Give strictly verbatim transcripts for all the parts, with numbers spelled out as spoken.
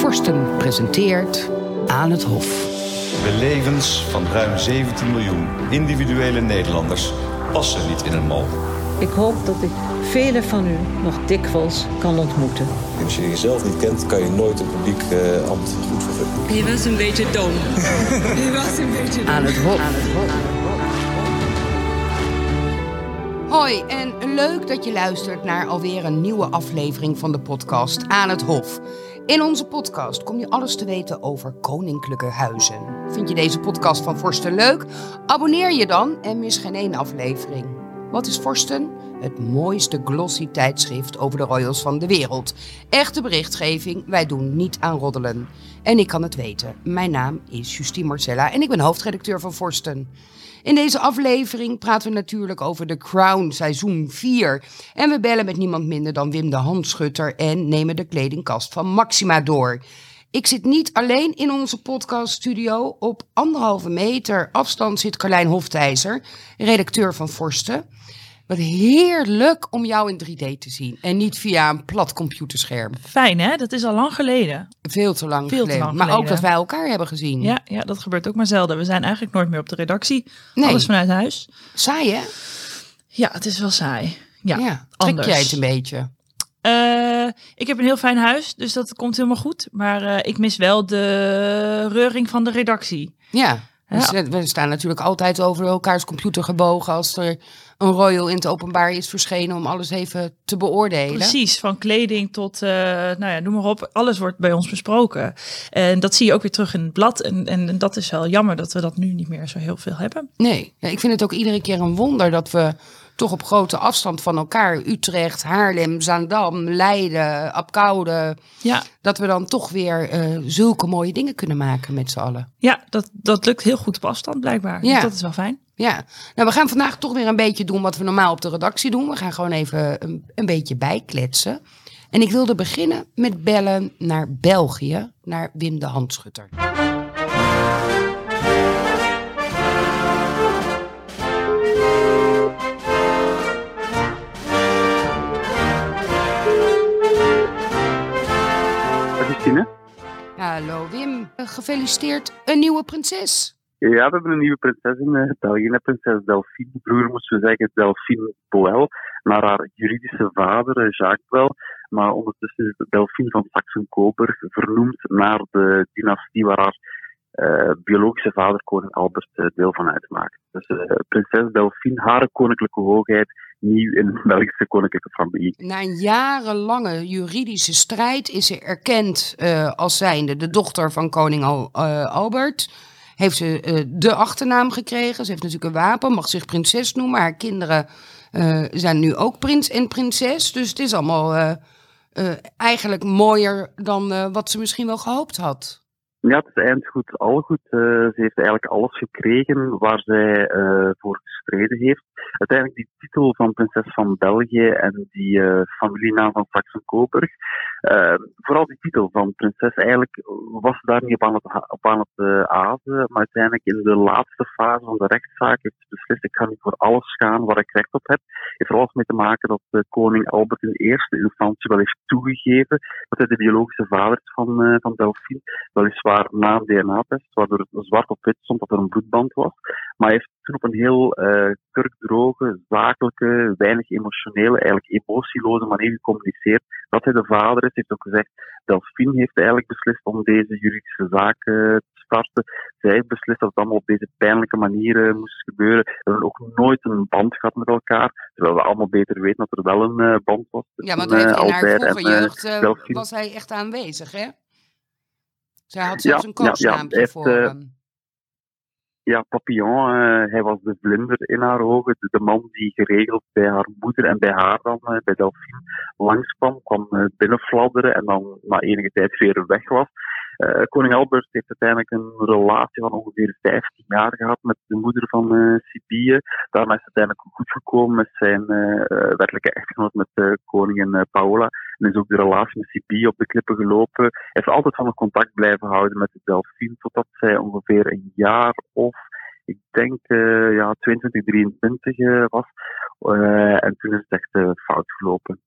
Forsten presenteert Aan het Hof. De levens van ruim zeventien miljoen individuele Nederlanders passen niet in een mal. Ik hoop dat ik velen van u nog dikwijls kan ontmoeten. Als je jezelf niet kent, kan je nooit een publiek uh, ambt goed vervullen. Je was een beetje dom. Je was een beetje dom. Aan het Hof. Aan het Hof. Hoi en leuk dat je luistert naar alweer een nieuwe aflevering van de podcast Aan het Hof. In onze podcast kom je alles te weten over koninklijke huizen. Vind je deze podcast van Forsten leuk? Abonneer je dan en mis geen één aflevering. Wat is Forsten? Het mooiste glossy tijdschrift over de royals van de wereld. Echte berichtgeving, wij doen niet aan roddelen. En ik kan het weten. Mijn naam is Justine Marcella en ik ben hoofdredacteur van Forsten. In deze aflevering praten we natuurlijk over The Crown seizoen vier. En we bellen met niemand minder dan Wim de Handschutter en nemen de kledingkast van Maxima door. Ik zit niet alleen in onze podcaststudio. Op anderhalve meter afstand zit Carlijn Hoftijzer, redacteur van Forsten. Wat heerlijk om jou in drie D te zien en niet via een plat computerscherm. Fijn hè, dat is al lang geleden. Veel te lang Veel geleden. te lang maar geleden. ook dat wij elkaar hebben gezien. Ja, ja, dat gebeurt ook maar zelden. We zijn eigenlijk nooit meer op de redactie. Nee. Alles vanuit huis. Saai hè? Ja, het is wel saai. Ja, ja. Trek anders. jij het een beetje? Uh, ik heb een heel fijn huis, dus dat komt helemaal goed. Maar uh, ik mis wel de reuring van de redactie. Ja. Ja. Dus we staan natuurlijk altijd over elkaars computer gebogen als er een royal in het openbaar is verschenen om alles even te beoordelen. Precies, van kleding tot, uh, nou ja, noem maar op. Alles wordt bij ons besproken. En dat zie je ook weer terug in het blad. En, en dat is wel jammer dat we dat nu niet meer zo heel veel hebben. Nee, ja, ik vind het ook iedere keer een wonder dat we toch op grote afstand van elkaar, Utrecht, Haarlem, Zaandam, Leiden, Apkoude, ja. dat we dan toch weer uh, zulke mooie dingen kunnen maken met z'n allen. Ja, dat, dat lukt heel goed op afstand blijkbaar. Ja. Dus dat is wel fijn. Ja, nou we gaan vandaag toch weer een beetje doen wat we normaal op de redactie doen. We gaan gewoon even een, een beetje bijkletsen. En ik wilde beginnen met bellen naar België, naar Wim de Handschutter. Hallo Wim, gefeliciteerd, een nieuwe prinses. Ja, we hebben een nieuwe prinses in uh, België, prinses Delphine. Vroeger moesten we zeggen Delphine Boel, naar haar juridische vader, uh, Jacques Boel. Maar ondertussen is Delphine van Saxe-Coburg vernoemd naar de dynastie waar haar uh, biologische vader, koning Albert, uh, deel van uitmaakt. Dus uh, prinses Delphine, haar koninklijke hoogheid, nieuw in de Belgische koninklijke familie. Na een jarenlange juridische strijd is ze erkend uh, als zijnde de dochter van koning Al- uh, Albert. Heeft ze uh, de achternaam gekregen. Ze heeft natuurlijk een wapen, mag zich prinses noemen. Haar kinderen uh, zijn nu ook prins en prinses. Dus het is allemaal uh, uh, eigenlijk mooier dan uh, wat ze misschien wel gehoopt had. Ja, het is eindgoed al goed. Uh, ze heeft eigenlijk alles gekregen waar zij uh, voor gestreden heeft. Uiteindelijk die titel van prinses van België en die uh, familienaam van Saxe-Coburg. Uh, vooral die titel van prinses, eigenlijk was ze daar niet op aan het, op aan het uh, azen. Maar uiteindelijk in de laatste fase van de rechtszaak heeft ze beslist, ik ga niet voor alles gaan waar ik recht op heb. Heeft er alles mee te maken dat uh, koning Albert in eerste instantie wel heeft toegegeven dat hij de biologische vader is van, uh, van Delphine. Weliswaar na een D N A-test, waardoor het zwart op wit stond dat er een bloedband was. Maar hij heeft toen op een heel uh, kurkdroge, zakelijke, weinig emotionele, eigenlijk emotieloze manier gecommuniceerd dat hij de vader is. Hij heeft ook gezegd, Delphine heeft eigenlijk beslist om deze juridische zaak uh, te starten. Zij heeft beslist dat het allemaal op deze pijnlijke manier uh, moest gebeuren. We hebben ook nooit een band gehad met elkaar, terwijl we allemaal beter weten dat er wel een uh, band was. Ja, maar toen heeft uh, in haar Albert vroege en, uh, jeugd uh, Delphine. was hij echt aanwezig, hè? Zij had zelfs Ja, een koosnaampje ja, ja. voor Heeft, uh, hem. Ja, Papillon, uh, hij was de vlinder in haar ogen. De, de man die geregeld bij haar moeder en bij haar dan, uh, bij Delphine, langskwam, kwam uh, binnenfladderen en dan na enige tijd weer weg was. Uh, koning Albert heeft uiteindelijk een relatie van ongeveer vijftien jaar gehad met de moeder van uh, Sibylle. Daarna is het uiteindelijk goed gekomen met zijn uh, werkelijke echtgenoot, met uh, koningin uh, Paola. En is ook de relatie met Sibylle op de klippen gelopen. Hij heeft altijd van een contact blijven houden met de Delphine, totdat zij ongeveer een jaar of, ik denk, uh, ja, tweeëntwintig, drieëntwintig uh, was. Uh, en toen is het echt uh, fout gelopen.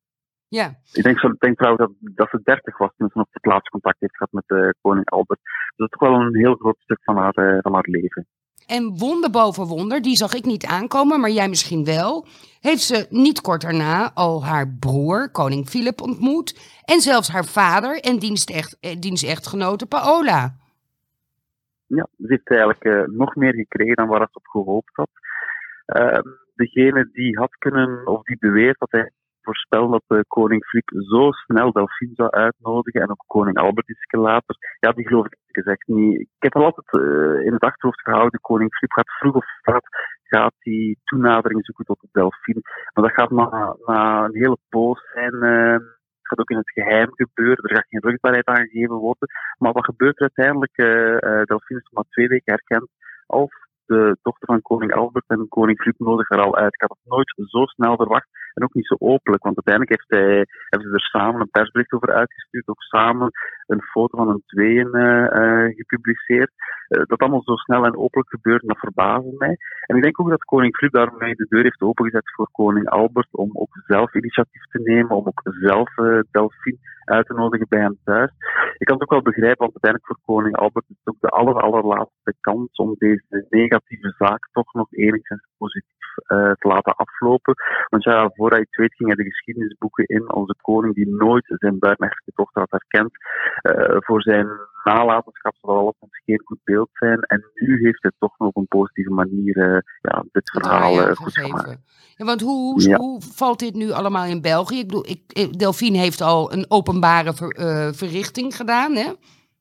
Ja. Ik denk, zo, ik denk trouwens dat, dat ze dertig was toen ze nog het laatste contact heeft gehad met uh, koning Albert. Dus dat is toch wel een heel groot stuk van haar, uh, van haar leven. En wonder boven wonder, die zag ik niet aankomen, maar jij misschien wel, heeft ze niet kort daarna al haar broer, koning Filip, ontmoet. En zelfs haar vader en dienstecht, dienstechtgenote Paola. Ja, ze heeft eigenlijk uh, nog meer gekregen dan waar ze op gehoopt had. Uh, degene die had kunnen, of die beweert dat hij voorspelde dat uh, koning Filip zo snel Delphine zou uitnodigen en ook koning Albert iets later, ja, die geloof ik gezegd niet. Ik heb al altijd uh, in het achterhoofd gehouden, koning Filip gaat vroeg of laat gaat die toenadering zoeken tot Delphine. Maar dat gaat na, na een hele poos zijn. Uh, Het gaat ook in het geheim gebeuren. Er gaat geen vruchtbaarheid aangegeven worden. Maar wat gebeurt er uiteindelijk? Uh, uh, Delphine is maar twee weken herkend als de dochter van koning Albert en koning Filip nodig er al uit. Ik had het nooit zo snel verwacht en ook niet zo openlijk, want uiteindelijk heeft hij, hebben ze er samen een persbericht over uitgestuurd, ook samen een foto van hun tweeën uh, uh, gepubliceerd. Uh, dat allemaal zo snel en openlijk gebeurt, dat verbaasde mij. En ik denk ook dat koning Filip daarmee de deur heeft opengezet voor koning Albert om ook zelf initiatief te nemen, om ook zelf uh, Delphine uit te nodigen bij hem thuis. Ik kan het ook wel begrijpen, want uiteindelijk voor koning Albert is het ook de aller, allerlaatste kans om deze negatieve zaak toch nog enigszins positief uh, te laten aflopen. Want ja, voordat je het weet ging hij de geschiedenisboeken in als de koning die nooit zijn buitenechtelijke dochter had herkend. Uh, voor zijn nalatenschap zal alles geen goed beeld zijn. En nu heeft hij toch nog op een positieve manier uh, ja, dit verhaal uh, goed gemaakt. Ja, want hoe, hoe, ja. hoe valt dit nu allemaal in België? Ik bedoel, ik, Delphine heeft al een openbare ver, uh, verrichting gedaan, hè?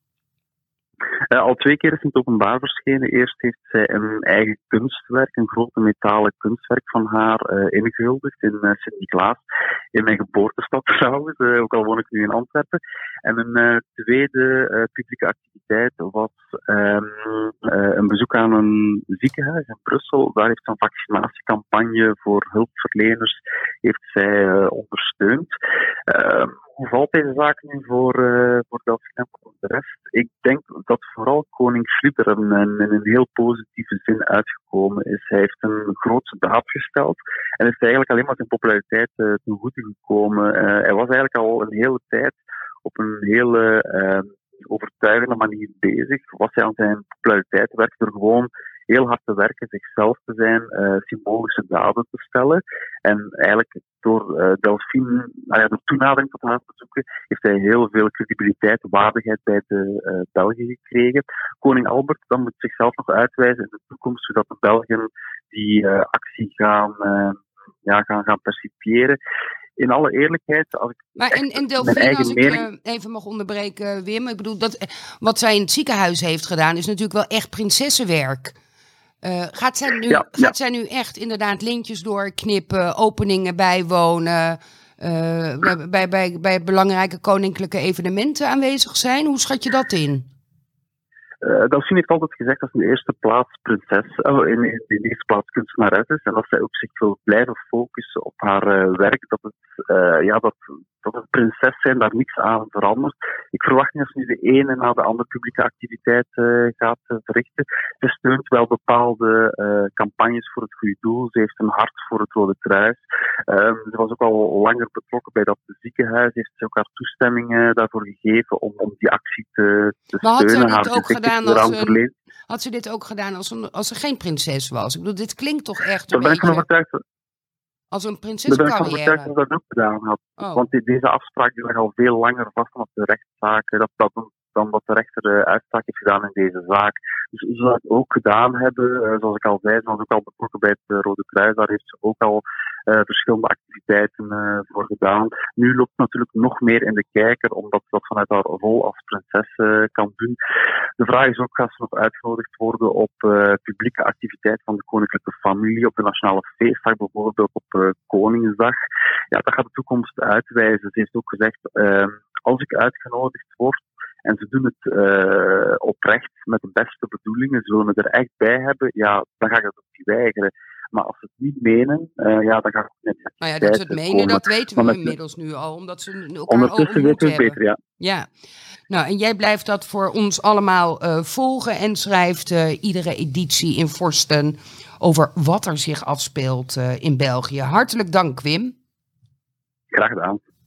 Uh, al twee keer is het openbaar verschenen. Eerst heeft zij een eigen kunstwerk, een grote metalen kunstwerk van haar uh, ingehuldigd in uh, Sint-Niklaas. In mijn geboortestad trouwens, uh, ook al woon ik nu in Antwerpen. En een uh, tweede uh, publieke activiteit was um, uh, een bezoek aan een ziekenhuis in Brussel. Daar heeft ze een vaccinatiecampagne voor hulpverleners heeft zij uh, ondersteund. Uh, Hoe valt deze zaak nu voor, uh, voor Delphine en voor de rest? Ik denk dat vooral koning Filip er in een, een heel positieve zin uitgekomen is. Hij heeft een grootse daad gesteld en is eigenlijk alleen maar zijn populariteit uh, ten goede gekomen. Uh, hij was eigenlijk al een hele tijd op een hele uh, overtuigende manier bezig. Was hij aan zijn populariteit, werkte er gewoon heel hard te werken, zichzelf te zijn, uh, symbolische daden te stellen. En eigenlijk door uh, Delphine, nou ja, door toenadering tot haar te zoeken, heeft hij heel veel credibiliteit, waardigheid bij de uh, Belgen gekregen. Koning Albert dan moet zichzelf nog uitwijzen in de toekomst, zodat de Belgen die uh, actie gaan, uh, ja, gaan, gaan percipiëren. In alle eerlijkheid, als ik maar en, en Delphine, als ik mening... uh, even mag onderbreken, Wim, ik bedoel, dat, wat zij in het ziekenhuis heeft gedaan, is natuurlijk wel echt prinsessenwerk. Uh, gaat, zij nu, ja, gaat ja. zij nu echt inderdaad lintjes doorknippen, openingen bijwonen, uh, bij, bij, bij, bij belangrijke koninklijke evenementen aanwezig zijn? Hoe schat je dat in? Uh, Delphine heeft altijd gezegd dat ze in de eerste plaats prinses, uh, in, in de eerste plaats kunstenares is en dat zij ook zich wil blijven focussen op haar uh, werk, dat het, uh, ja, dat, dat het prinses zijn daar niks aan verandert. Ik verwacht niet dat ze nu de ene na de andere publieke activiteit uh, gaat uh, verrichten. Ze steunt wel bepaalde uh, campagnes voor het goede doel. Ze heeft een hart voor het Rode Kruis. Uh, ze was ook al langer betrokken bij dat ziekenhuis. Heeft ze ook haar toestemming uh, daarvoor gegeven om, om die actie te, te maar steunen. Had ze dit ook gedaan als een, had ze dit ook gedaan als, een, als ze geen prinses was? Ik bedoel, dit klinkt toch echt een Daar ben ik van beetje overtuigd. Als een prinsescarrière. Daar ben ik van overtuigd dat ze dat ook gedaan had. Oh. Want die, deze afspraak die lag al veel langer vast dan de rechtszaak. Dat, dat, dan wat de rechter uh, uitspraak heeft gedaan in deze zaak. Dus ze zou het ook gedaan hebben. Uh, zoals ik al zei, ze was ook al betrokken bij het uh, Rode Kruis. Daar heeft ze ook al uh, verschillende activiteiten uh, voor gedaan. Nu loopt het natuurlijk nog meer in de kijker, omdat ze dat vanuit haar rol als prinses uh, kan doen. De vraag is ook, gaat ze nog uitgenodigd worden op uh, publieke activiteiten van de koninklijke familie, op de nationale feestdag, bijvoorbeeld op uh, Koningsdag. Ja, dat gaat de toekomst uitwijzen. Ze heeft ook gezegd, uh, als ik uitgenodigd word, en ze doen het uh, oprecht, met de beste bedoelingen, ze willen me er echt bij hebben, ja, dan ga ik dat ook niet weigeren. Maar als ze het niet menen, uh, ja, dan ga ik net... Nou ja, dat ze het menen, komen. Dat weten we inmiddels nu al, omdat ze elkaar ondertussen weten we het beter, ja. Ja, nou en jij blijft dat voor ons allemaal uh, volgen en schrijft uh, iedere editie in Vorsten over wat er zich afspeelt uh, in België. Hartelijk dank, Wim. Graag gedaan.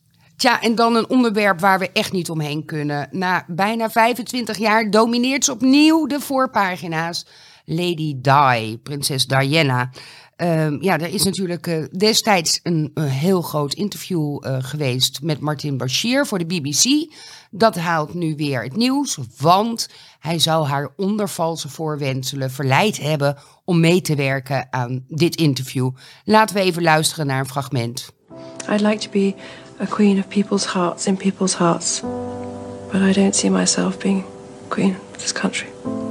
Tja, en dan een onderwerp waar we echt niet omheen kunnen. Na bijna vijfentwintig jaar domineert ze opnieuw de voorpagina's. Lady Di, prinses Diana. Uh, ja, er is natuurlijk uh, destijds een, een heel groot interview uh, geweest met Martin Bashir voor de B B C. Dat haalt nu weer het nieuws, want hij zou haar onder valse voorwendselen verleid hebben om mee te werken aan dit interview. Laten we even luisteren naar een fragment. I'd like to be a queen of people's hearts in people's hearts, but I don't see myself being queen of this country.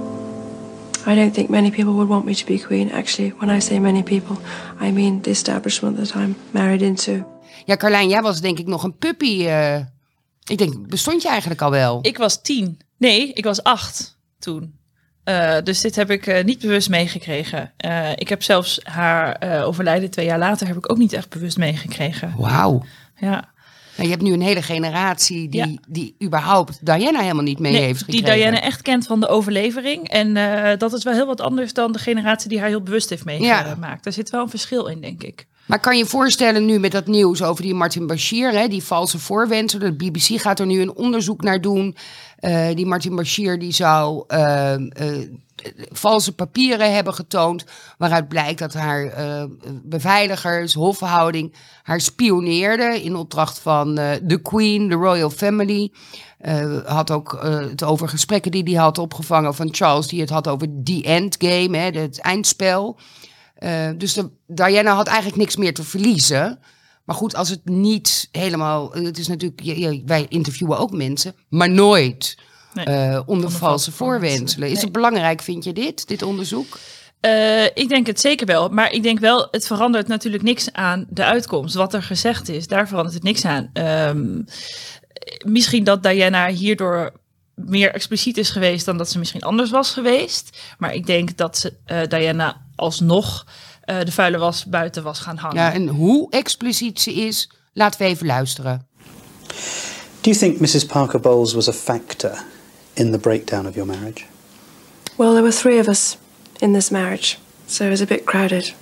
I don't think many people would want me to be queen. Actually, when I say many people, I mean the establishment that I'm married into. Ja, Carlijn, jij was denk ik nog een puppy. Uh, ik denk, bestond je eigenlijk al wel? Ik was tien. Nee, ik was acht toen. Uh, dus dit heb ik uh, niet bewust meegekregen. Uh, ik heb zelfs haar uh, overlijden twee jaar later heb ik ook niet echt bewust meegekregen. Wauw. Ja. Nou, je hebt nu een hele generatie die, ja. die überhaupt Diana helemaal niet mee nee, heeft gekregen. Die Diana echt kent van de overlevering. En uh, dat is wel heel wat anders dan de generatie die haar heel bewust heeft meegemaakt. Ja. Daar zit wel een verschil in, denk ik. Maar kan je voorstellen nu met dat nieuws over die Martin Bashir, hè, die valse voorwendselen. De B B C gaat er nu een onderzoek naar doen. Uh, die Martin Bashir die zou uh, uh, valse papieren hebben getoond, waaruit blijkt dat haar uh, beveiligers, hofhouding, haar spioneerden in opdracht van uh, de Queen, de Royal Family. Uh, had ook uh, het over gesprekken die hij had opgevangen van Charles, die het had over the endgame, hè, het eindspel. Uh, dus de, Diana had eigenlijk niks meer te verliezen. Maar goed, als het niet helemaal... Het is natuurlijk... Ja, wij interviewen ook mensen, maar nooit nee, uh, onder valse voorwendselen. Is nee. het belangrijk, vind je dit, dit onderzoek? Uh, ik denk het zeker wel. Maar ik denk wel, het verandert natuurlijk niks aan de uitkomst. Wat er gezegd is, daar verandert het niks aan. Um, misschien dat Diana hierdoor meer expliciet is geweest dan dat ze misschien anders was geweest. Maar ik denk dat ze, uh, Diana alsnog uh, de vuile was buiten was gaan hangen. Ja, en hoe expliciet ze is, laten we even luisteren. Do you think missus Parker Bowles was a factor in the breakdown of your marriage? Well, there were three of us in this marriage, so it was a bit crowded.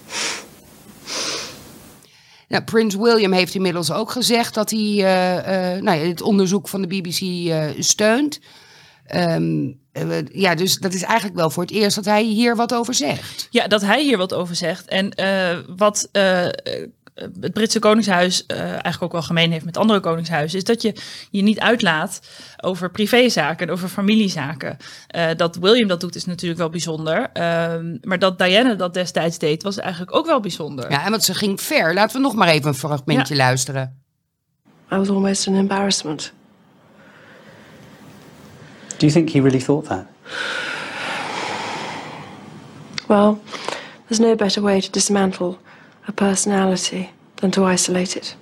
Nou, Prins William heeft inmiddels ook gezegd dat hij uh, uh, nou ja, het onderzoek van de B B C uh, steunt. Um, uh, ja, dus dat is eigenlijk wel voor het eerst dat hij hier wat over zegt. Ja, dat hij hier wat over zegt. En uh, wat uh, het Britse Koningshuis uh, eigenlijk ook wel gemeen heeft met andere koningshuizen, is dat je je niet uitlaat over privézaken en over familiezaken. Uh, dat William dat doet is natuurlijk wel bijzonder. Uh, maar dat Diana dat destijds deed was eigenlijk ook wel bijzonder. Ja, en want ze ging ver. Laten we nog maar even een fragmentje ja. luisteren. I was almost an embarrassment. Do you think he really thought that? Well, there's no better way to dismantle a personality than to isolate it.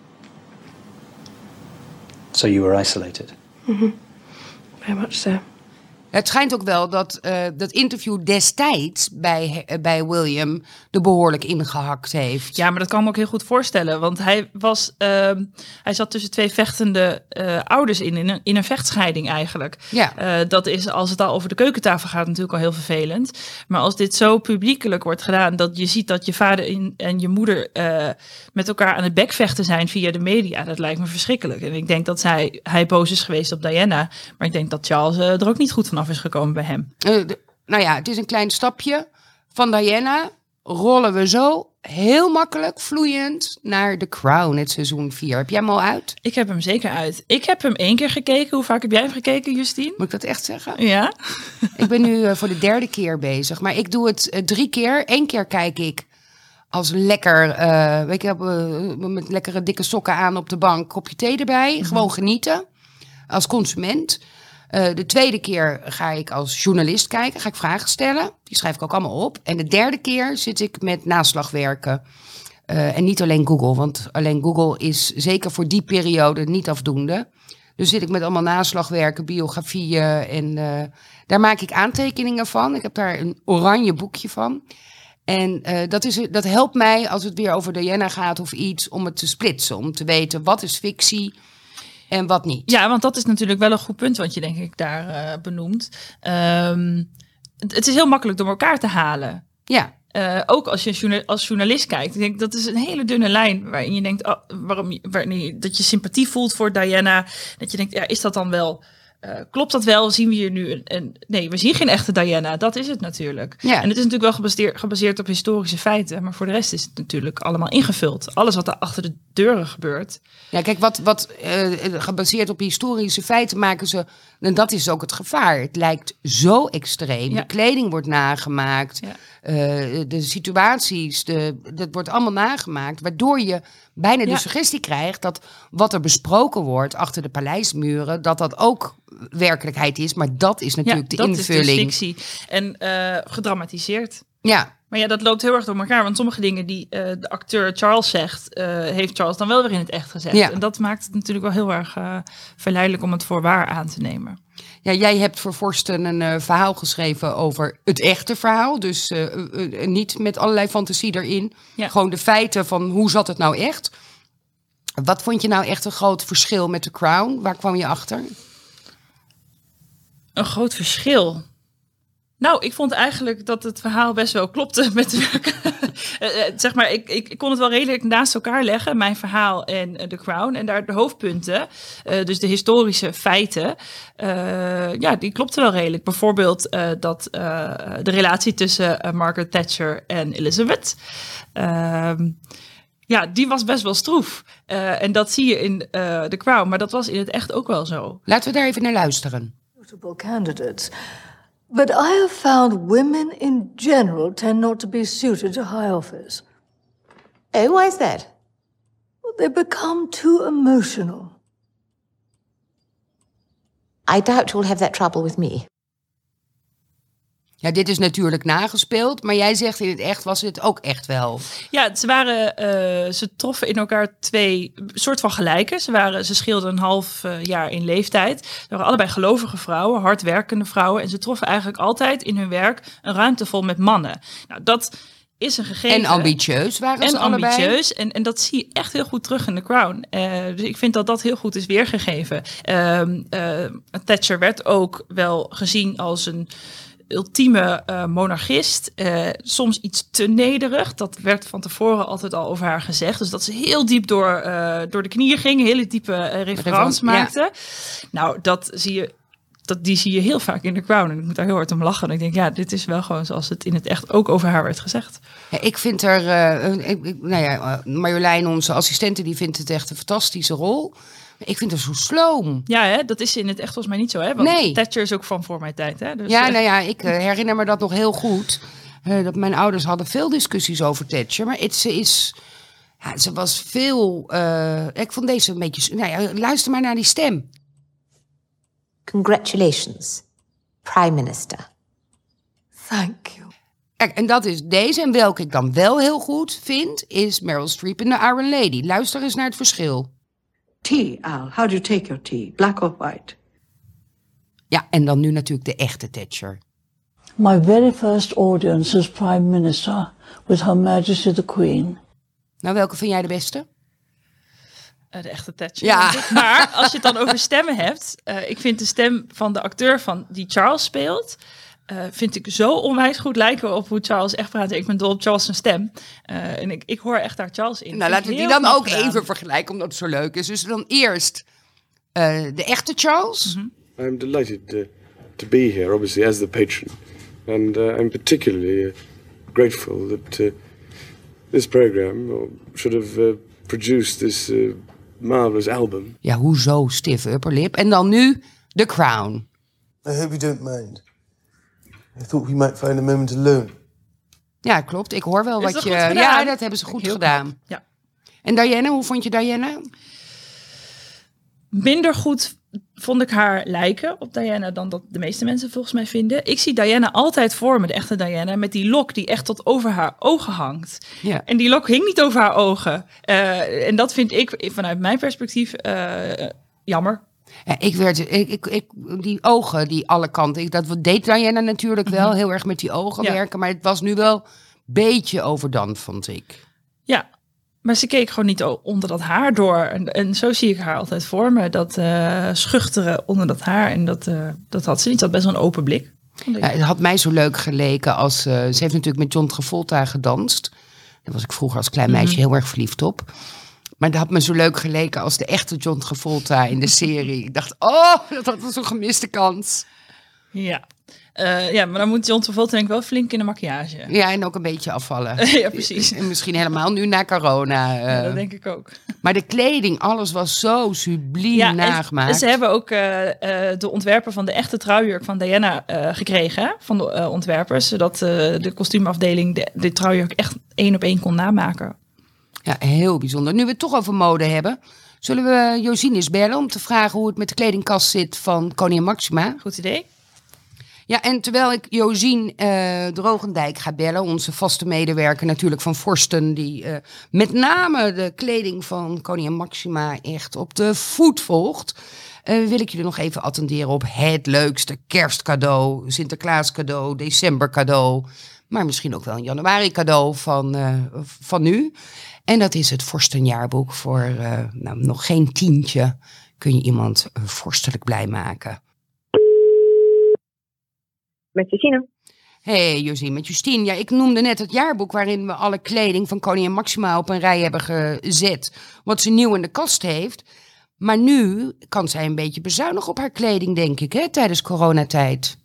So you were isolated? Mm-hmm. Very much so. Het schijnt ook wel dat uh, dat interview destijds bij, uh, bij William er behoorlijk ingehakt heeft. Ja, maar dat kan ik me ook heel goed voorstellen. Want hij was, uh, hij zat tussen twee vechtende uh, ouders in, in een, in een vechtscheiding eigenlijk. Ja. Uh, dat is, als het al over de keukentafel gaat, natuurlijk al heel vervelend. Maar als dit zo publiekelijk wordt gedaan, dat je ziet dat je vader in, en je moeder uh, met elkaar aan het bekvechten zijn via de media, dat lijkt me verschrikkelijk. En ik denk dat zij, hij boos is geweest op Diana, maar ik denk dat Charles uh, er ook niet goed van af is gekomen bij hem. Uh, de, nou ja, het is een klein stapje. Van Diana rollen we zo heel makkelijk, vloeiend naar The Crown, het seizoen vier. Heb jij hem al uit? Ik heb hem zeker uit. Ik heb hem één keer gekeken. Hoe vaak heb jij hem gekeken, Justine? Moet ik dat echt zeggen? Ja. Ik ben nu uh, voor de derde keer bezig. Maar ik doe het uh, drie keer. Eén keer kijk ik als lekker, uh, weet je, uh, met lekkere dikke sokken aan op de bank, kopje thee erbij. Mm-hmm. Gewoon genieten. Als consument. Uh, de tweede keer ga ik als journalist kijken, ga ik vragen stellen. Die schrijf ik ook allemaal op. En de derde keer zit ik met naslagwerken. Uh, en niet alleen Google, want alleen Google is zeker voor die periode niet afdoende. Dus zit ik met allemaal naslagwerken, biografieën en uh, daar maak ik aantekeningen van. Ik heb daar een oranje boekje van. En uh, dat, is, dat helpt mij als het weer over Diana gaat of iets, om het te splitsen. Om te weten wat is fictie en wat niet. Ja, want dat is natuurlijk wel een goed punt wat je denk ik daar uh, benoemt. Um, het, het is heel makkelijk door elkaar te halen. Ja. Uh, ook als je journa- als journalist kijkt. Ik denk, dat is een hele dunne lijn waarin je denkt, oh, waarom je, waarin je, dat je sympathie voelt voor Diana. Dat je denkt, ja, is dat dan wel... Uh, klopt dat wel? Zien we hier nu een, een... Nee, we zien geen echte Diana. Dat is het natuurlijk. Ja. En het is natuurlijk wel gebaseerd, gebaseerd op historische feiten. Maar voor de rest is het natuurlijk allemaal ingevuld. Alles wat er achter de deuren gebeurt. Ja, kijk, wat, wat uh, gebaseerd op historische feiten maken ze... En dat is ook het gevaar. Het lijkt zo extreem. Ja. De kleding wordt nagemaakt. Ja. Uh, de situaties, de, dat wordt allemaal nagemaakt. Waardoor je bijna ja. de suggestie krijgt dat wat er besproken wordt achter de paleismuren, dat dat ook werkelijkheid is. Maar dat is natuurlijk ja, de dat invulling. Dat is de fictie. En uh, gedramatiseerd. Ja. Maar ja, dat loopt heel erg door elkaar. Want sommige dingen die uh, de acteur Charles zegt, uh, heeft Charles dan wel weer in het echt gezegd. Ja. En dat maakt het natuurlijk wel heel erg uh, verleidelijk om het voor waar aan te nemen. Ja, jij hebt voor Forsten een uh, verhaal geschreven over het echte verhaal. Dus uh, uh, uh, niet met allerlei fantasie erin. Ja. Gewoon de feiten van hoe zat het nou echt. Wat vond je nou echt een groot verschil met The Crown? Waar kwam je achter? Een groot verschil? Nou, ik vond eigenlijk dat het verhaal best wel klopte met de uh, zeg maar, ik, ik, ik kon het wel redelijk naast elkaar leggen, mijn verhaal en uh, The Crown. En daar de hoofdpunten, uh, dus de historische feiten, uh, ja, die klopten wel redelijk. Bijvoorbeeld uh, dat uh, de relatie tussen uh, Margaret Thatcher en Elizabeth. Uh, ja, die was best wel stroef. Uh, en dat zie je in uh, The Crown, maar dat was in het echt ook wel zo. Laten we daar even naar luisteren. Notable candidates. But I have found women in general tend not to be suited to high office. Oh, why is that? Well, they become too emotional. I doubt you'll have that trouble with me. Ja, dit is natuurlijk nagespeeld, maar jij zegt in het echt was het ook echt wel. Ja, ze waren, uh, ze troffen in elkaar twee soort van gelijken. Ze waren, ze scheelden een half uh, jaar in leeftijd. Ze waren allebei gelovige vrouwen, hardwerkende vrouwen, en ze troffen eigenlijk altijd in hun werk een ruimte vol met mannen. Nou, dat is een gegeven. En ambitieus waren en ze allebei. En ambitieus. En, en dat zie je echt heel goed terug in The Crown. Uh, dus ik vind dat dat heel goed is weergegeven. Uh, uh, Thatcher werd ook wel gezien als een ultieme uh, monarchist, uh, soms iets te nederig. Dat werd van tevoren altijd al over haar gezegd. Dus dat ze heel diep door, uh, door de knieën ging, hele diepe uh, referenties maakte. Ja. Nou, dat zie je, dat, die zie je heel vaak in The Crown. En ik moet daar heel hard om lachen. En ik denk, ja, dit is wel gewoon zoals het in het echt ook over haar werd gezegd. Ja, ik vind er, uh, ik, nou ja, Marjolein, onze assistente, die vindt het echt een fantastische rol. Ik vind het zo sloom. Ja, hè? Dat is in het echt volgens mij niet zo. Hè? Want nee. Thatcher is ook van voor mijn tijd. Hè? Dus, ja, uh... nou ja, ik uh, herinner me dat nog heel goed. Uh, dat mijn ouders hadden veel discussies over Thatcher. Maar het, ze is... Ja, ze was veel... Uh, ik vond deze een beetje... Nou ja, luister maar naar die stem. Congratulations, Prime Minister. Thank you. Kijk, en dat is deze. En welke ik dan wel heel goed vind, is Meryl Streep in The Iron Lady. Luister eens naar het verschil. Tea, Al. How do you take your tea? Black or white? Ja, en dan nu natuurlijk de echte Thatcher. My very first audience as Prime Minister with Her Majesty the Queen. Nou, welke vind jij de beste? Uh, de echte Thatcher. Ja. Maar als je het dan over stemmen hebt, uh, ik vind de stem van de acteur van die Charles speelt, Uh, vind ik zo onwijs goed lijken op hoe Charles echt praat. Ik ben dol op Charles' stem. Uh, en ik, ik hoor echt daar Charles in. Nou, laten we die dan ook gedaan. even vergelijken, omdat het zo leuk is. Dus dan eerst uh, de echte Charles. Mm-hmm. I'm delighted uh, to be here, obviously, as the patron. And uh, I'm particularly uh, grateful that uh, this program should have uh, produced this uh, marvelous album. Ja, hoezo stiff upper lip? En dan nu The Crown. I hope you don't mind. I thought we might find a moment alone. Ja, klopt. Ik hoor wel Is wat dat je... goed gedaan? Ja, dat hebben ze goed Heel gedaan. goed. Ja. En Diana, hoe vond je Diana? Minder goed vond ik haar lijken op Diana dan dat de meeste mensen volgens mij vinden. Ik zie Diana altijd voor me, de echte Diana, met die lok die echt tot over haar ogen hangt. Ja. En die lok hing niet over haar ogen. Uh, en dat vind ik vanuit mijn perspectief uh, jammer. Ja, ik werd, ik, ik, ik, die ogen, die alle kanten. Ik, dat deed Diana natuurlijk wel, heel erg met die ogen Ja. werken. Maar het was nu wel een beetje overdone, vond ik. Ja, maar ze keek gewoon niet onder dat haar door. En, en zo zie ik haar altijd voor me. Dat uh, schuchteren onder dat haar. En dat, uh, dat had ze niet. Ze had best wel een open blik. Ja, het had mij zo leuk geleken als... Uh, ze heeft natuurlijk met John Travolta gedanst. Daar was ik vroeger als klein meisje mm-hmm. heel erg verliefd op. Maar dat had me zo leuk geleken als de echte John Travolta in de serie. Ik dacht, oh, dat had zo'n gemiste kans. Ja. Uh, ja, maar dan moet John Travolta denk ik wel flink in de maquillage. Ja, en ook een beetje afvallen. Ja, precies. En misschien helemaal nu na corona. Uh. Ja, dat denk ik ook. Maar de kleding, alles was zo subliem ja, nagemaakt. Ze hebben ook uh, uh, de ontwerper van de echte trouwjurk van Diana uh, gekregen. Hè? Van de uh, ontwerpers. Zodat uh, de kostuumafdeling de, de trouwjurk echt één op één kon namaken. Ja, heel bijzonder. Nu we het toch over mode hebben... zullen we Josine eens bellen om te vragen hoe het met de kledingkast zit van Koningin Máxima? Goed idee. Ja, en terwijl ik Josine uh, Drogendijk ga bellen, onze vaste medewerker natuurlijk van Forsten, die uh, met name de kleding van Koningin Máxima echt op de voet volgt, uh, wil ik jullie nog even attenderen op het leukste kerstcadeau, Sinterklaas cadeau, december cadeau, maar misschien ook wel een januari cadeau van, uh, van nu. En dat is het Forstenjaarboek. Voor uh, nou, nog geen tientje kun je iemand uh, vorstelijk blij maken. Met Justine. Hey Josine, met Justine. Ja, ik noemde net het jaarboek waarin we alle kleding van Koningin Máxima op een rij hebben gezet. Wat ze nieuw in de kast heeft. Maar nu kan zij een beetje bezuinigen op haar kleding, denk ik, hè, tijdens coronatijd.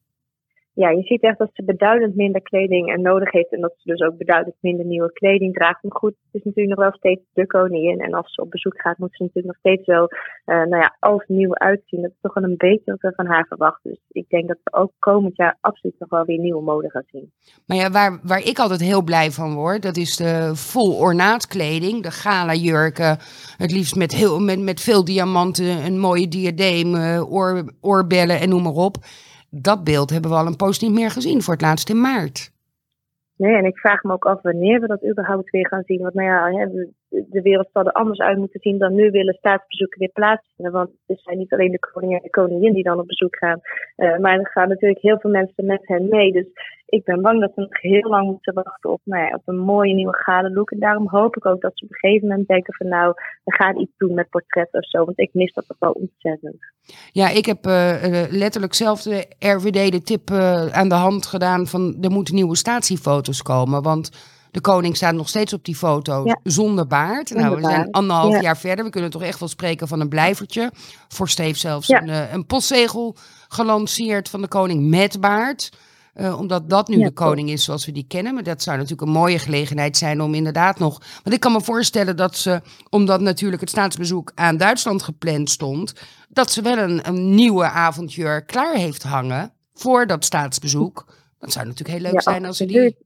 Ja, je ziet echt dat ze beduidend minder kleding nodig heeft en dat ze dus ook beduidend minder nieuwe kleding draagt. Maar goed, het is natuurlijk nog wel steeds de koningin en als ze op bezoek gaat moet ze natuurlijk nog steeds wel, uh, nou ja, als nieuw uitzien. Dat is toch wel een beetje wat we van haar verwachten. Dus ik denk dat we ook komend jaar absoluut nog wel weer nieuwe mode gaan zien. Maar ja, waar, waar ik altijd heel blij van word, dat is de vol ornaatkleding, de gala jurken, het liefst met, heel, met, met veel diamanten, een mooie diadeem, uh, oor, oorbellen en noem maar op. Dat beeld hebben we al een poos niet meer gezien voor het laatst in maart. Nee, en ik vraag me ook af wanneer we dat überhaupt weer gaan zien. Want nou ja, de wereld zal er anders uit moeten zien dan nu willen staatsbezoeken weer plaatsvinden. Want het zijn niet alleen de koning en de koningin die dan op bezoek gaan. Uh, maar er gaan natuurlijk heel veel mensen met hen mee. Dus ik ben bang dat we nog heel lang moeten wachten op, nou ja, op een mooie nieuwe gala look. En daarom hoop ik ook dat ze op een gegeven moment denken van nou, we gaan iets doen met portretten of zo. Want ik mis dat toch wel ontzettend. Ja, ik heb uh, letterlijk zelf de R V D de tip uh, aan de hand gedaan van er moeten nieuwe statiefoto's komen. Want de koning staat nog steeds op die foto's ja. zonder baard. Zonder nou, we zijn anderhalf ja. jaar verder. We kunnen toch echt wel spreken van een blijvertje. Vorst heeft zelfs ja. een, uh, een postzegel gelanceerd van de koning met baard. Uh, omdat dat nu ja, de koning is zoals we die kennen. Maar dat zou natuurlijk een mooie gelegenheid zijn om inderdaad nog... Want ik kan me voorstellen dat ze, omdat natuurlijk het staatsbezoek aan Duitsland gepland stond, dat ze wel een, een nieuwe avondjurk klaar heeft hangen voor dat staatsbezoek. Dat zou natuurlijk heel leuk ja, zijn als ze die...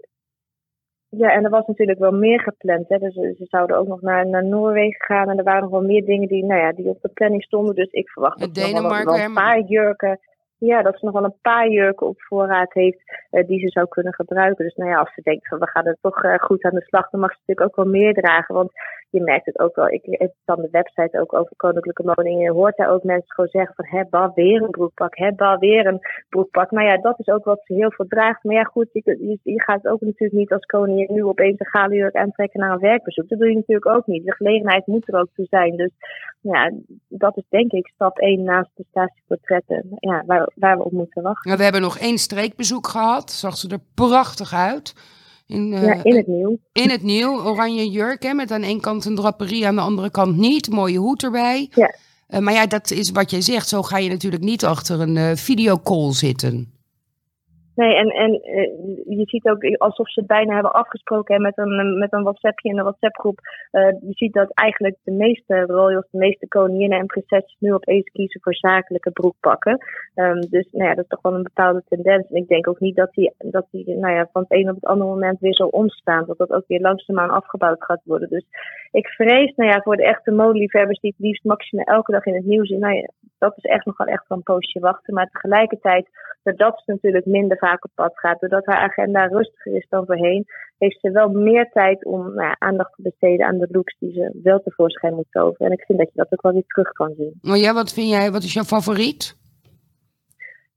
Ja, en er was natuurlijk wel meer gepland. Hè. Dus ze zouden ook nog naar, naar Noorwegen gaan. En er waren nog wel meer dingen die, nou ja, die op de planning stonden. Dus ik verwacht dat ze nog wel, wel een paar jurken... Ja, dat ze nog wel een paar jurken op voorraad heeft uh, die ze zou kunnen gebruiken. Dus nou ja, als ze denkt van we gaan er toch uh, goed aan de slag, dan mag ze natuurlijk ook wel meer dragen. Want je merkt het ook wel, ik heb dan de website ook over koninklijke mode. En je hoort daar ook mensen gewoon zeggen van hè, bah, weer een broekpak, hè, bah, weer een broekpak. Maar ja, dat is ook wat ze heel veel draagt. Maar ja goed, je, je, je gaat ook natuurlijk niet als koningin nu opeens een galenjurk aantrekken naar een werkbezoek. Dat doe je natuurlijk ook niet. De gelegenheid moet er ook toe zijn. Dus ja, dat is denk ik stap één naast de statieportretten. Ja, waar, waar we op moeten wachten. Ja, we hebben nog één streekbezoek gehad. Zag ze er prachtig uit. In, uh, ja, in het nieuw. In het nieuw. Oranje jurk, hè, met aan één kant een draperie, aan de andere kant niet. Mooie hoed erbij. Ja. Uh, maar ja, dat is wat jij zegt. Zo ga je natuurlijk niet achter een uh, videocall zitten. Nee, en, en uh, je ziet ook alsof ze het bijna hebben afgesproken hè, met, een, met een WhatsAppje in een WhatsApp-groep. Uh, je ziet dat eigenlijk de meeste royals, de meeste koninginnen en prinsessen nu opeens kiezen voor zakelijke broekpakken. Um, dus nou ja, dat is toch wel een bepaalde tendens. En ik denk ook niet dat die, dat die nou ja, van het een op het andere moment weer zal omstaan. Dat dat ook weer langzaamaan afgebouwd gaat worden. Dus ik vrees nou ja, voor de echte modeliefhebbers die het liefst Máxima elke dag in het nieuws zien. Nou ja, dat is echt nog wel echt wel een poosje wachten. Maar tegelijkertijd, doordat ze natuurlijk minder vaak op pad gaat, doordat haar agenda rustiger is dan voorheen, heeft ze wel meer tijd om nou ja, aandacht te besteden aan de looks die ze wel tevoorschijn moet toveren. En ik vind dat je dat ook wel weer terug kan zien. Maar ja, wat vind jij, wat is jouw favoriet?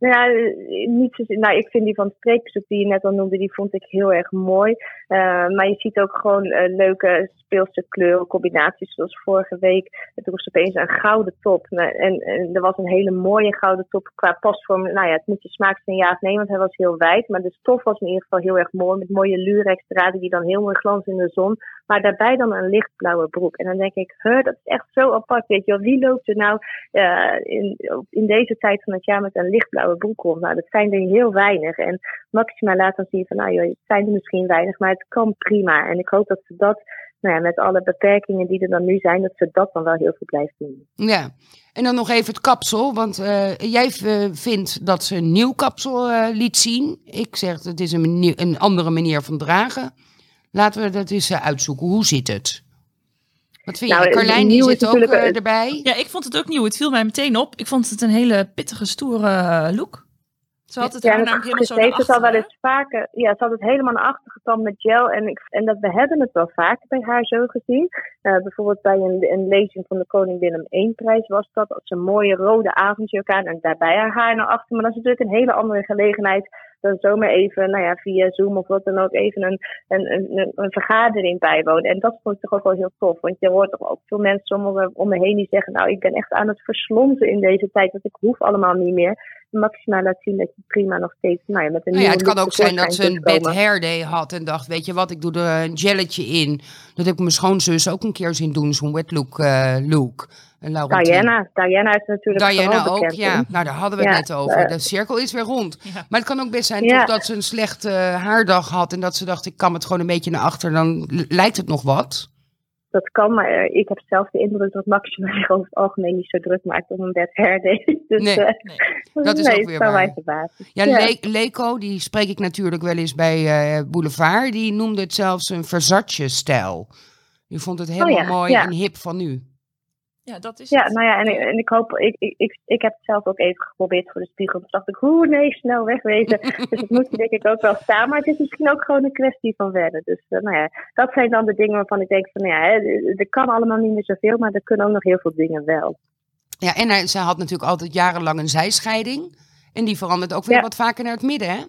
Nou ja, niet zo, nou, ik vind die van het streekbezoek die je net al noemde, die vond ik heel erg mooi. Uh, maar je ziet ook gewoon uh, leuke speelse kleuren, combinaties. Zoals vorige week, het was opeens een gouden top. En, en er was een hele mooie gouden top qua pasvorm. Nou ja, het moet je smaak zijn ja of nee, want hij was heel wijd. Maar de stof was in ieder geval heel erg mooi, met mooie lurex draden die dan heel mooi glanzen in de zon. Maar daarbij dan een lichtblauwe broek. En dan denk ik, huh, dat is echt zo apart. Weet je wel, wie loopt er nou uh, in, in deze tijd van het jaar met een lichtblauwe broek rond? Nou, dat zijn er heel weinig. En Maxima laat dan zien van, nou joh, het zijn er misschien weinig, maar het kan prima. En ik hoop dat ze dat, nou ja, met alle beperkingen die er dan nu zijn, dat ze dat dan wel heel veel blijft doen. Ja, en dan nog even het kapsel. Want uh, jij uh, vindt dat ze een nieuw kapsel uh, liet zien. Ik zeg, het is een, manier, een andere manier van dragen. Laten we dat eens uh, uitzoeken. Hoe zit het? Wat vind nou, je? Carlijn, die zit ook uh, erbij. Ja, ik vond het ook nieuw. Het viel mij meteen op. Ik vond het een hele pittige, stoere look. Ze had het ja, namelijk helemaal zo naar heeft achteren. het al wel eens vaker. Ja, ze had het helemaal naar achter gekamd met gel. En, ik, en dat, we hebben het wel vaker bij haar zo gezien. Uh, bijvoorbeeld bij een, een lezing van de Koning Willem één prijs was dat. Dat ze een mooie rode avondjurk aan en daarbij haar haar naar achter. Maar dat is natuurlijk een hele andere gelegenheid dan zomaar even, nou ja, via Zoom of wat dan ook, even een, een, een, een vergadering bijwonen. En dat vond ik toch ook wel heel tof. Want je hoort toch ook veel mensen om me, om me heen die zeggen, nou, ik ben echt aan het verslonzen in deze tijd, want ik hoef allemaal niet meer. Maximaal laat zien dat je prima nog steeds, nou ja, met een nou ja, nieuwe het kan ook zijn dat ze een komen. bad hair day had en dacht, weet je wat, ik doe er een gelletje in. Dat heb ik mijn schoonzus ook een keer zien doen, zo'n wet look. Uh, look. Diana, Diana is natuurlijk Diana ook, bekend, ja. Nou, daar hadden we ja, het net over. Uh, de cirkel is weer rond. Ja. Maar het kan ook best zijn ja. toch dat ze een slechte uh, haardag had en dat ze dacht, ik kam het gewoon een beetje naar achter, dan lijkt het nog wat. Dat kan, maar uh, ik heb zelf de indruk dat Maxima zich over het algemeen niet zo druk maakt om een bad hair day. Dus, nee, uh, nee, dat is nee, ook weer waar. Ja, ja. Le- Leko, die spreek ik natuurlijk wel eens bij uh, Boulevard, die noemde het zelfs een Versace-stijl. Die vond het helemaal oh ja, mooi ja. en hip van nu. Ja, dat is ja, het. nou ja, en, en ik hoop, ik, ik, ik, ik heb het zelf ook even geprobeerd voor de spiegel. Toen dacht ik, hoe nee, snel wegwezen. Dus het moet denk ik ook wel staan, maar het is misschien ook gewoon een kwestie van wennen. Dus uh, nou ja, dat zijn dan de dingen waarvan ik denk van, ja, hè, er kan allemaal niet meer zoveel, maar er kunnen ook nog heel veel dingen wel. Ja, en hij, ze had natuurlijk altijd jarenlang een zijscheiding. En die verandert ook weer ja. wat vaker naar het midden, hè?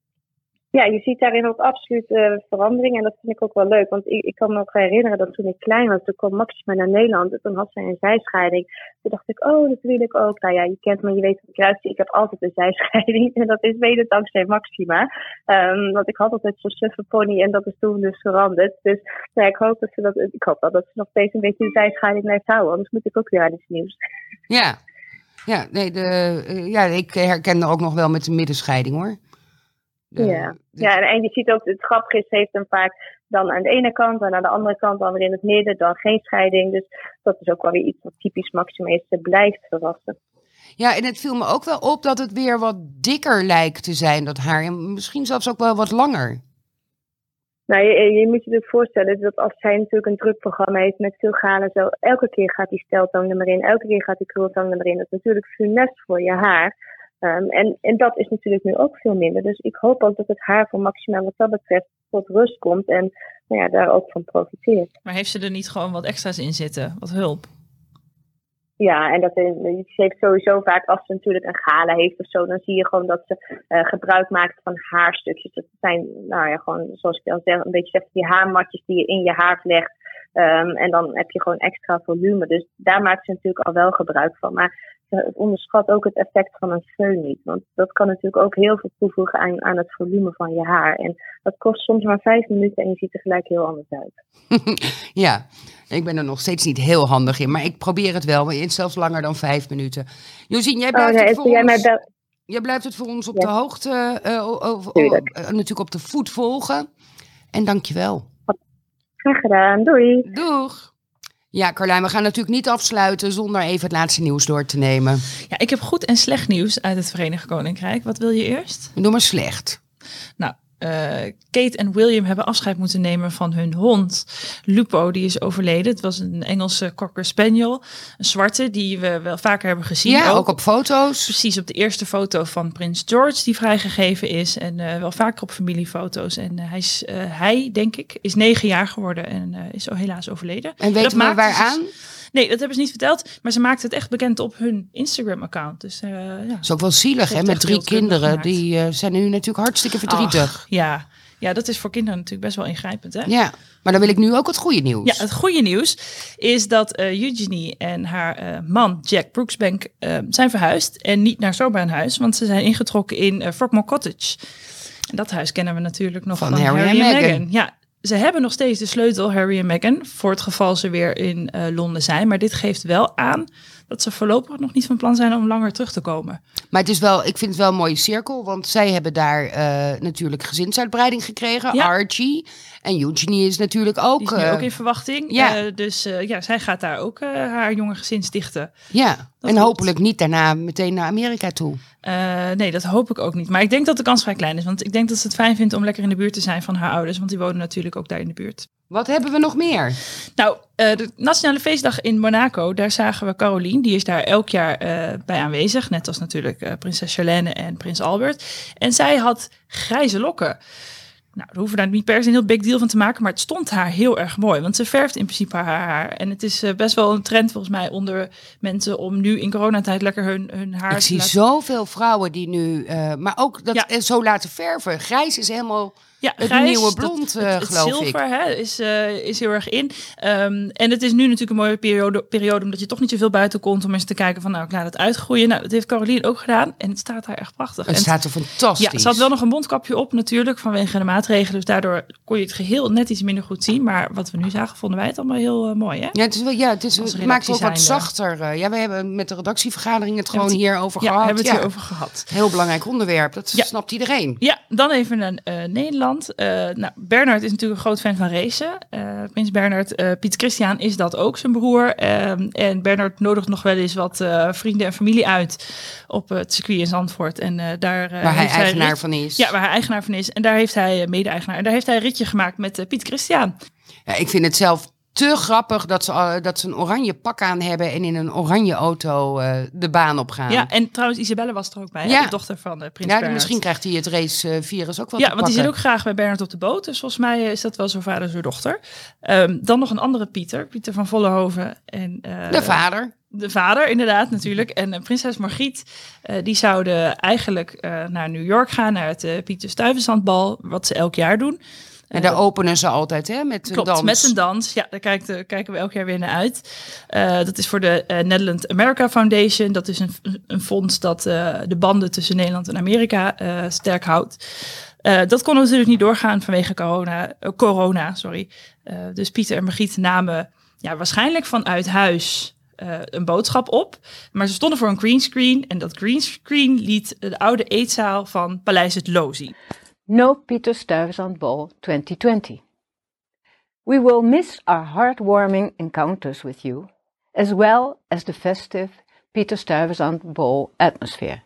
Ja, je ziet daarin ook absoluut uh, verandering en dat vind ik ook wel leuk. Want ik, ik kan me nog herinneren dat toen ik klein was, toen kwam Maxima naar Nederland en toen had zij een zijscheiding. Toen dacht ik, oh, dat wil ik ook. Nou ja, je kent me, je weet wat ik eruit zie. Ik heb altijd een zijscheiding en dat is mede dankzij Maxima. Um, want ik had altijd zo'n suffe pony en dat is toen dus veranderd. Dus ja, ik hoop dat ze dat, ik hoop wel dat ze nog steeds een beetje de zijscheiding blijft houden. Anders moet ik ook weer aan iets nieuws. Ja, ja, nee, de, uh, ja ik herken er ook nog wel met de middenscheiding, hoor. De, ja, de... ja en, en je ziet ook, het grappige is, heeft hem vaak dan aan de ene kant en aan de andere kant dan weer in het midden, dan geen scheiding. Dus dat is ook wel weer iets wat typisch Maxima is, ze blijft verrassen. Ja, en het viel me ook wel op dat het weer wat dikker lijkt te zijn, dat haar. En misschien zelfs ook wel wat langer. Nou, je, je moet je natuurlijk voorstellen dat als hij natuurlijk een druk programma heeft met veel galen, zo elke keer gaat die steltang er maar in, elke keer gaat die krultang er maar in. Dat is natuurlijk funest voor je haar. Um, en, en dat is natuurlijk nu ook veel minder. Dus ik hoop ook dat het haar van Maxima wat dat betreft tot rust komt en nou ja, daar ook van profiteert. Maar heeft ze er niet gewoon wat extra's in zitten? Wat hulp? Ja, en dat, ze heeft sowieso vaak, als ze natuurlijk een gala heeft of zo, dan zie je gewoon dat ze uh, gebruik maakt van haarstukjes. Dat zijn, nou ja, gewoon, zoals ik al zeg, een beetje zeg, die haarmatjes die je in je haar legt. Um, en dan heb je gewoon extra volume. Dus daar maakt ze natuurlijk al wel gebruik van. Maar het onderschat ook het effect van een föhn niet. Want dat kan natuurlijk ook heel veel toevoegen aan, aan het volume van je haar. En dat kost soms maar vijf minuten en je ziet er gelijk heel anders uit. Ja, ik ben er nog steeds niet heel handig in. Maar ik probeer het wel, maar zelfs langer dan vijf minuten. Josien, jij blijft, oh, nee, het, voor ons, bel- jij blijft het voor ons op ja. de hoogte, uh, of, of, uh, natuurlijk op de voet volgen. En dank je wel. Graag gedaan, doei. Doeg. Ja, Carlijn, we gaan natuurlijk niet afsluiten zonder even het laatste nieuws door te nemen. Ja, ik heb goed en slecht nieuws uit het Verenigd Koninkrijk. Wat wil je eerst? Doe maar slecht. Nou, uh, Kate en William hebben afscheid moeten nemen van hun hond. Lupo, die is overleden. Het was een Engelse Cocker Spaniel. Een zwarte, die we wel vaker hebben gezien. Ja, ook, ook op foto's. Precies, op de eerste foto van Prins George, die vrijgegeven is. En uh, wel vaker op familiefoto's. En uh, hij, is, uh, hij, denk ik, is negen jaar geworden en uh, is helaas overleden. En weten we waaraan? Nee, dat hebben ze niet verteld. Maar ze maakten het echt bekend op hun Instagram-account. Dus, uh, ja. Dat is ook wel zielig, hè? Met drie kinderen. Die uh, zijn nu natuurlijk hartstikke verdrietig. Ach, ja. ja, dat is voor kinderen natuurlijk best wel ingrijpend, hè? Ja, maar dan wil ik nu ook het goede nieuws. Ja, het goede nieuws is dat uh, Eugenie en haar uh, man Jack Brooksbank uh, zijn verhuisd. En niet naar zomaar een huis, want ze zijn ingetrokken in uh, Frogmore Cottage. En dat huis kennen we natuurlijk nog van, van Harry, Harry en Meghan. Meghan. Ja, ze hebben nog steeds de sleutel, Harry en Meghan, voor het geval ze weer in uh, Londen zijn. Maar dit geeft wel aan dat ze voorlopig nog niet van plan zijn om langer terug te komen. Maar het is wel, ik vind het wel een mooie cirkel, want zij hebben daar uh, natuurlijk gezinsuitbreiding gekregen, ja. Archie. En Eugenie is natuurlijk ook... Die is nu uh, ook in verwachting. Ja. Uh, dus uh, ja, zij gaat daar ook uh, haar jonge gezin stichten. Ja, dat en klopt. hopelijk niet daarna meteen naar Amerika toe. Uh, nee, dat hoop ik ook niet. Maar ik denk dat de kans vrij klein is. Want ik denk dat ze het fijn vindt om lekker in de buurt te zijn van haar ouders. Want die wonen natuurlijk ook daar in de buurt. Wat hebben we nog meer? Nou, uh, de Nationale Feestdag in Monaco, daar zagen we Caroline. Die is daar elk jaar uh, bij aanwezig. Net als natuurlijk uh, prinses Charlène en prins Albert. En zij had grijze lokken. Nou, we hoeven daar niet per se een heel big deal van te maken, maar het stond haar heel erg mooi. Want ze verft in principe haar haar. En het is uh, best wel een trend volgens mij onder mensen om nu in coronatijd lekker hun, hun haar Ik te zie laten... zoveel vrouwen die nu, uh, maar ook dat Ja. zo laten verven. Grijs is helemaal... Ja, het grijs, nieuwe blond, dat, uh, het, het geloof zilver, ik. Hè, is, uh, is heel erg in. Um, en het is nu natuurlijk een mooie periode, periode, omdat je toch niet zoveel buiten komt om eens te kijken van, nou, ik laat het uitgroeien. Nou, dat heeft Caroline ook gedaan en het staat daar echt prachtig. Het en staat er fantastisch. Ja, ze had wel nog een mondkapje op natuurlijk vanwege de maatregelen. Dus daardoor kon je het geheel net iets minder goed zien. Maar wat we nu zagen, vonden wij het allemaal heel uh, mooi, hè? Ja, het, is wel, ja, het, is, het maakt het ook wat zachter. Uh, ja, we hebben met de redactievergadering het gewoon ja, hierover ja, gehad. hebben we het ja. hierover gehad. Heel belangrijk onderwerp, dat ja. snapt iedereen. Ja, dan even naar uh, Nederland. Uh, nou, Bernhard is natuurlijk een groot fan van racen. Uh, Prins Bernhard, uh, Piet Christian is dat ook, zijn broer. Uh, en Bernhard nodigt nog wel eens wat uh, vrienden en familie uit op uh, het circuit in Zandvoort. En, uh, daar, uh, waar hij eigenaar rit... van is. Ja, waar hij eigenaar van is. En daar heeft hij uh, mede-eigenaar. En daar heeft hij een ritje gemaakt met uh, Piet Christian. Ja, ik vind het zelf te grappig dat ze, uh, dat ze een oranje pak aan hebben en in een oranje auto uh, de baan op gaan. Ja, en trouwens Isabelle was er ook bij, ja. de dochter van uh, Prins ja, Bernhard. Misschien krijgt hij het racevirus ook wel ja, te pakken. Ja, want die zit ook graag bij Bernhard op de boot. Dus volgens mij is dat wel zijn vader, zijn dochter. Um, dan nog een andere Pieter, Pieter van Vollenhoven. En, uh, de vader. De vader, inderdaad, natuurlijk. En uh, prinses Margriet, uh, die zouden eigenlijk uh, naar New York gaan, naar het uh, Pieter Stuyvesantbal, wat ze elk jaar doen. En daar uh, openen ze altijd, hè, met klopt, een dans. met een dans. Ja, daar kijkt, uh, kijken we elk jaar weer naar uit. Uh, dat is voor de uh, Netherlands America Foundation. Dat is een, een fonds dat uh, de banden tussen Nederland en Amerika uh, sterk houdt. Uh, dat kon natuurlijk niet doorgaan vanwege corona. Uh, corona sorry. Uh, dus Pieter en Margriet namen ja, waarschijnlijk vanuit huis Uh, een boodschap op. Maar ze stonden voor een greenscreen. En dat greenscreen liet de oude eetzaal van Paleis het Lozi. No Pieter Stuyvesant Ball twenty twenty. We will miss our heartwarming encounters with you, as well as the festive Pieter Stuyvesant Ball atmosphere.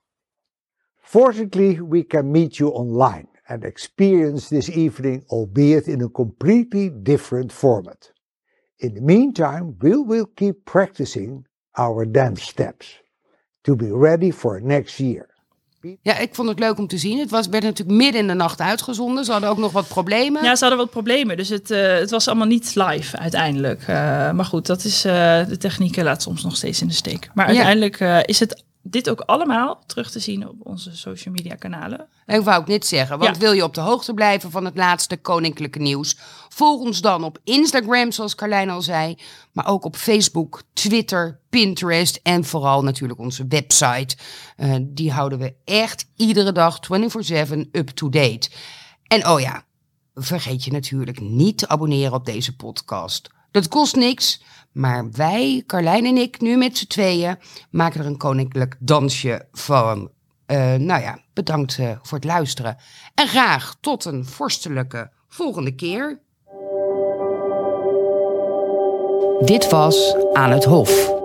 Fortunately, we can meet you online and experience this evening, albeit in a completely different format. In the meantime, we will keep practicing our dance steps to be ready for next year. Ja, ik vond het leuk om te zien. Het was, werd natuurlijk midden in de nacht uitgezonden. Ze hadden ook nog wat problemen. Ja, ze hadden wat problemen. Dus het, uh, het was allemaal niet live uiteindelijk. Uh, maar goed, dat is, uh, de techniek laat soms nog steeds in de steek. Maar uiteindelijk uh, is het dit ook allemaal terug te zien op onze social media kanalen. Ik wou ook net zeggen, want ja. wil je op de hoogte blijven van het laatste koninklijke nieuws? Volg ons dan op Instagram, zoals Carlijn al zei. Maar ook op Facebook, Twitter, Pinterest en vooral natuurlijk onze website. Uh, die houden we echt iedere dag vierentwintig zeven up-to-date. En oh ja, vergeet je natuurlijk niet te abonneren op deze podcast. Dat kost niks, maar wij, Carlijn en ik, nu met z'n tweeën, maken er een koninklijk dansje van. Uh, nou ja, bedankt uh, voor het luisteren. En graag tot een vorstelijke volgende keer. Dit was Aan het Hof.